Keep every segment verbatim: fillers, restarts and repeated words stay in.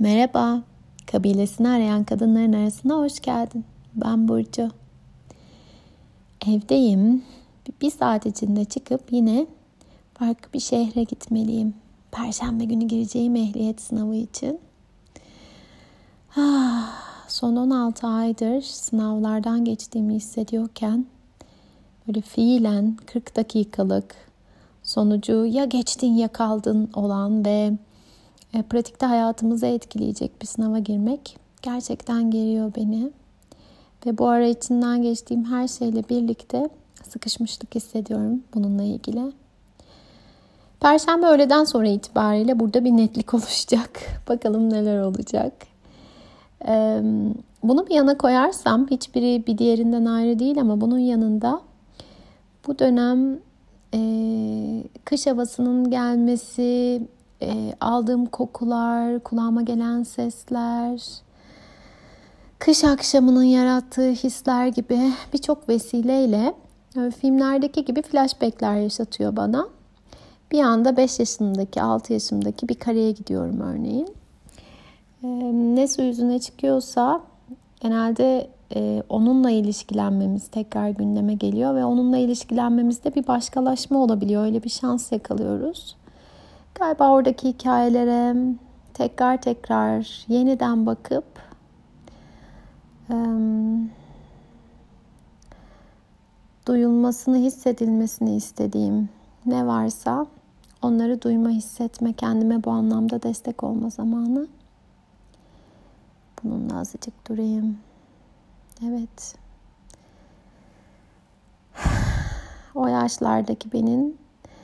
Merhaba, kabilesini arayan kadınların arasına hoş geldin. Ben Burcu. Evdeyim. Bir saat içinde çıkıp yine farklı bir şehre gitmeliyim. Perşembe günü gireceğim ehliyet sınavı için. Ah, son on altı aydır sınavlardan geçtiğimi hissediyorken böyle fiilen kırk dakikalık sonucu ya geçtin ya kaldın olan ve E, pratikte hayatımızı etkileyecek bir sınava girmek gerçekten geriyor beni. Ve bu ara içinden geçtiğim her şeyle birlikte sıkışmışlık hissediyorum bununla ilgili. Perşembe öğleden sonra itibariyle burada bir netlik oluşacak. Bakalım neler olacak. E, bunu bir yana koyarsam hiçbiri bir diğerinden ayrı değil ama bunun yanında bu dönem e, kış havasının gelmesi, E, aldığım kokular, kulağıma gelen sesler, kış akşamının yarattığı hisler gibi birçok vesileyle filmlerdeki gibi flashbackler yaşatıyor bana. Bir anda beş yaşındaki, altı yaşımdaki bir kareye gidiyorum örneğin. E, ne su yüzüne çıkıyorsa genelde e, onunla ilişkilenmemiz tekrar gündeme geliyor ve onunla ilişkilenmemizde bir başkalaşma olabiliyor. Öyle bir şans yakalıyoruz. Galiba oradaki hikayelere tekrar tekrar yeniden bakıp ım, duyulmasını, hissedilmesini istediğim ne varsa onları duyma, hissetme, kendime bu anlamda destek olma zamanı. Bununla azıcık durayım. Evet. O yaşlardaki benim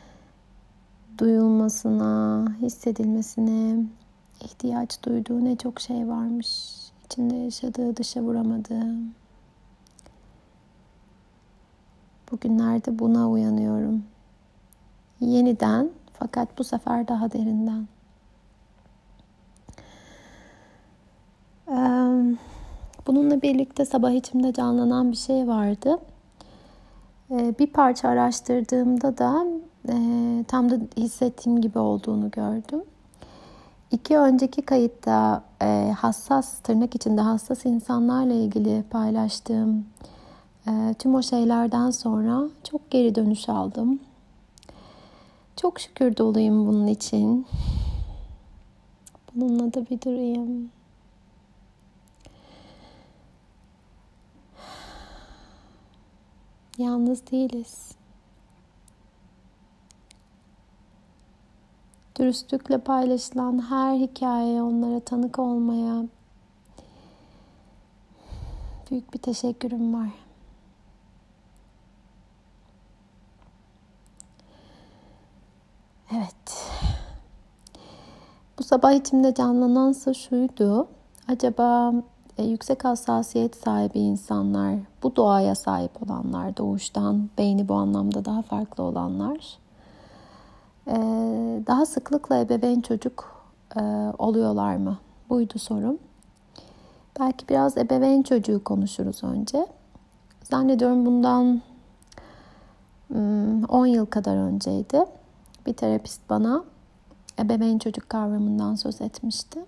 duyulmasına, hissedilmesine ihtiyaç duyduğu ne çok şey varmış. İçinde yaşadığı, dışa vuramadığı. Bugünlerde buna uyanıyorum. Yeniden, fakat bu sefer daha derinden. Bununla birlikte sabah içimde canlanan bir şey vardı. Bir parça araştırdığımda da e, tam da hissettiğim gibi olduğunu gördüm. İki önceki kayıtta e, hassas, tırnak içinde hassas insanlarla ilgili paylaştığım e, tüm o şeylerden sonra çok geri dönüş aldım. Çok şükür doluyum bunun için. Bununla da bir durayım. Yalnız değiliz. Dürüstlükle paylaşılan her hikayeye, onlara tanık olmaya büyük bir teşekkürüm var. Evet. Bu sabah içimde canlanansa şuydu. Acaba e, yüksek hassasiyet sahibi insanlar, bu doğaya sahip olanlar, doğuştan beyni bu anlamda daha farklı olanlar, daha sıklıkla ebeveyn çocuk oluyorlar mı? Buydu sorum. Belki biraz ebeveyn çocuğu konuşuruz önce. Zannediyorum bundan on yıl kadar önceydi. Bir terapist bana ebeveyn çocuk kavramından söz etmişti.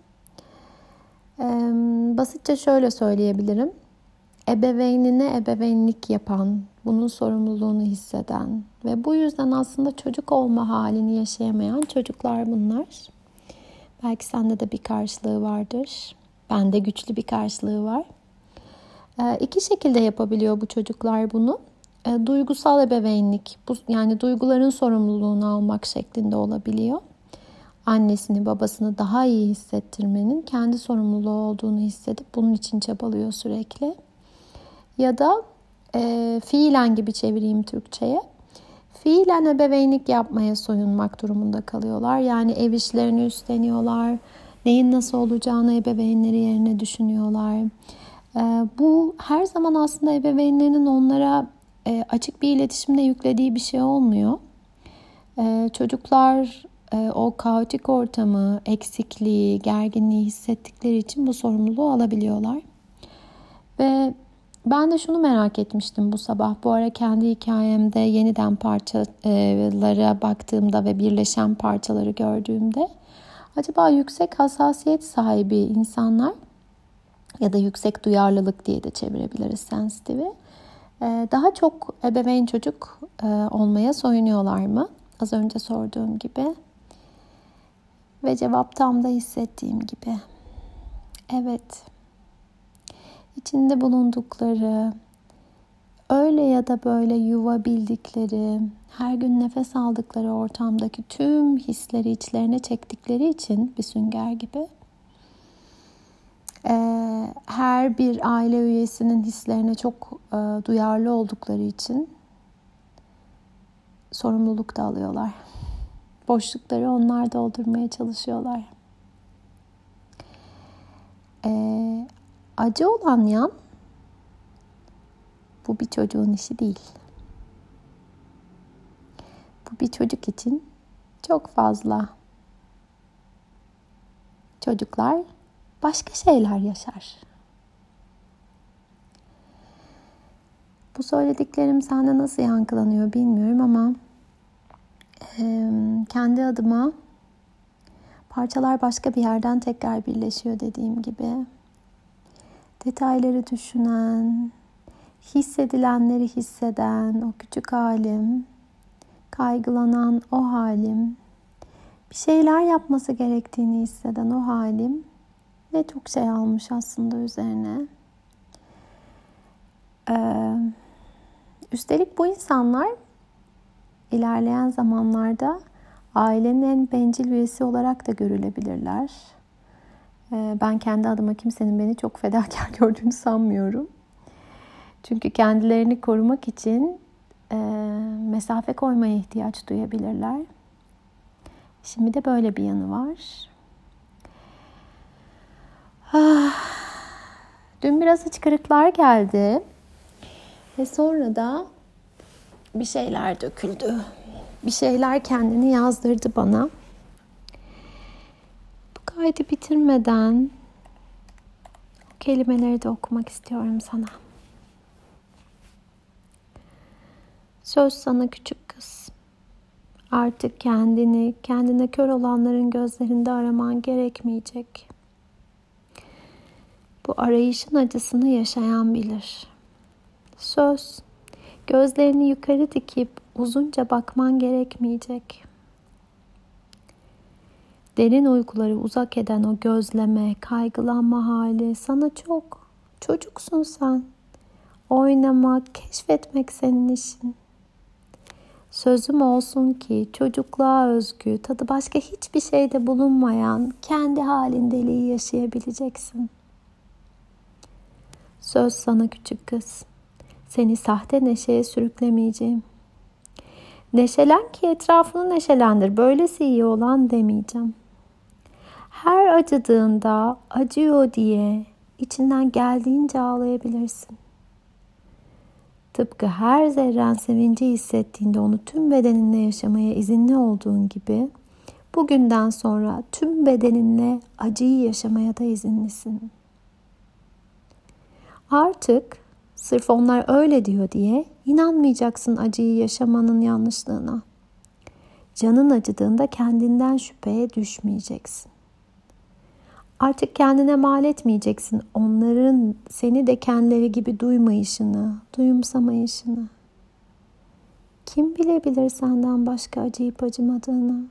Basitçe şöyle söyleyebilirim. Ebeveynine ebeveynlik yapan, bunun sorumluluğunu hisseden ve bu yüzden aslında çocuk olma halini yaşayamayan çocuklar bunlar. Belki sende de bir karşılığı vardır. Bende güçlü bir karşılığı var. E, iki şekilde yapabiliyor bu çocuklar bunu. E, duygusal ebeveynlik, bu, yani duyguların sorumluluğunu almak şeklinde olabiliyor. Annesini, babasını daha iyi hissettirmenin kendi sorumluluğu olduğunu hissedip bunun için çabalıyor sürekli. Ya da e, fiilen gibi çevireyim Türkçe'ye. Fiilen ebeveynlik yapmaya soyunmak durumunda kalıyorlar. Yani ev işlerini üstleniyorlar. Neyin nasıl olacağını ebeveynleri yerine düşünüyorlar. E, bu her zaman aslında ebeveynlerinin onlara e, açık bir iletişimle yüklediği bir şey olmuyor. E, çocuklar e, o kaotik ortamı, eksikliği, gerginliği hissettikleri için bu sorumluluğu alabiliyorlar. Ve ben de şunu merak etmiştim bu sabah. Bu ara kendi hikayemde yeniden parçalara baktığımda ve birleşen parçaları gördüğümde Acaba yüksek hassasiyet sahibi insanlar ya da yüksek duyarlılık diye de çevirebiliriz sensitivi, daha çok ebeveyn çocuk olmaya soyunuyorlar mı? Az önce sorduğum gibi. Ve cevap tam da hissettiğim gibi. Evet. İçinde bulundukları, öyle ya da böyle yuva bildikleri, her gün nefes aldıkları ortamdaki tüm hisleri içlerine çektikleri için bir sünger gibi, her bir aile üyesinin hislerine çok duyarlı oldukları için sorumluluk da alıyorlar. Boşlukları onlar doldurmaya çalışıyorlar. Ee, acı olan yan, bu bir çocuğun işi değil. Bu bir çocuk için çok fazla. Çocuklar başka şeyler yaşar. Bu söylediklerim sende nasıl yankılanıyor bilmiyorum ama e, kendi adıma parçalar başka bir yerden tekrar birleşiyor dediğim gibi. Detayları düşünen, hissedilenleri hisseden o küçük halim, kaygılanan o halim, bir şeyler yapması gerektiğini hisseden o halim ne çok şey almış aslında üzerine. Ee, üstelik bu insanlar ilerleyen zamanlarda ailenin en bencil üyesi olarak da görülebilirler. Ee, ben kendi adıma kimsenin beni çok fedakar gördüğünü sanmıyorum. Çünkü kendilerini korumak için e, mesafe koymaya ihtiyaç duyabilirler. Şimdi de böyle bir yanı var. Ah, dün biraz hıçkırıklar geldi. Ve sonra da bir şeyler döküldü. Bir şeyler kendini yazdırdı bana. Bu kaydı bitirmeden o kelimeleri de okumak istiyorum sana. Söz sana küçük kız. Artık kendini, kendine kör olanların gözlerinde araman gerekmeyecek. Bu arayışın acısını yaşayan bilir. Söz, gözlerini yukarı dikip uzunca bakman gerekmeyecek. Derin uykuları uzak eden o gözleme, kaygılanma hali sana çok. Çocuksun sen. Oynamak, keşfetmek senin işin. Sözüm olsun ki çocukluğa özgü, tadı başka hiçbir şeyde bulunmayan kendi halindeliği yaşayabileceksin. Söz sana küçük kız. Seni sahte neşeye sürüklemeyeceğim. Neşelen ki etrafını neşelendir. Böylesi iyi olan demeyeceğim. Her acıdığında acıyor diye içinden geldiğince ağlayabilirsin. Tıpkı her zerren sevinci hissettiğinde onu tüm bedeninle yaşamaya izinli olduğun gibi bugünden sonra tüm bedeninle acıyı yaşamaya da izinlisin. Artık sırf onlar öyle diyor diye inanmayacaksın acıyı yaşamanın yanlışlığına. Canın acıdığında kendinden şüpheye düşmeyeceksin. Artık kendine mal etmeyeceksin onların seni de kendileri gibi duymayışını, duyumsamayışını. Kim bilebilir senden başka acıyıp acımadığını?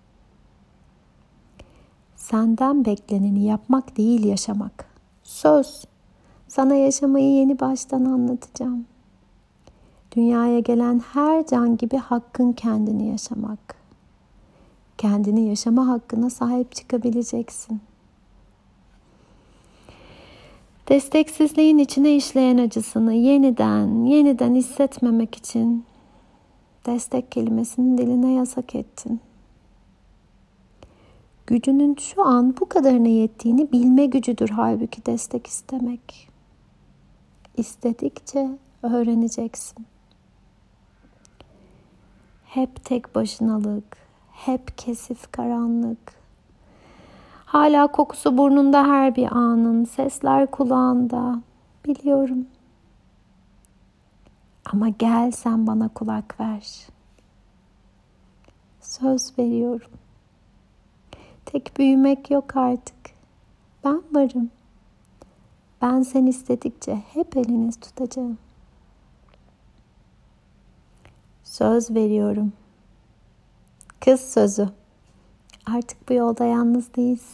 Senden bekleneni yapmak değil yaşamak. Söz, sana yaşamayı yeni baştan anlatacağım. Dünyaya gelen her can gibi hakkın kendini yaşamak. Kendini yaşama hakkına sahip çıkabileceksin. Desteksizliğin içine işleyen acısını yeniden, yeniden hissetmemek için destek kelimesini diline yasak ettin. Gücünün şu an bu kadarına yettiğini bilme gücüdür halbuki destek istemek. İstedikçe öğreneceksin. Hep tek başınalık, hep kesif karanlık. Hala kokusu burnunda her bir anın, sesler kulağında. Biliyorum. Ama gel sen bana kulak ver. Söz veriyorum. Tek büyümek yok artık. Ben varım. Ben sen istedikçe hep eliniz tutacağım. Söz veriyorum. Kız sözü. Artık bu yolda yalnız değilsin.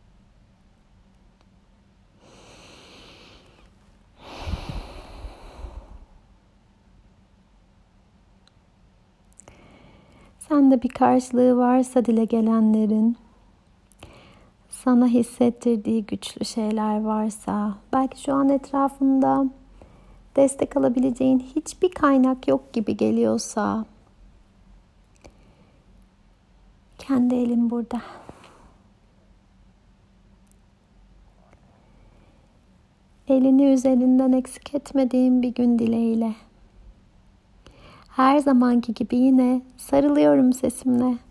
Sende bir karşılığı varsa dile gelenlerin, sana hissettirdiği güçlü şeyler varsa, belki şu an etrafında destek alabileceğin hiçbir kaynak yok gibi geliyorsa, kendi elin burada. Elini üzerinden eksik etmediğin bir gün dileğiyle. Her zamanki gibi yine sarılıyorum sesimle.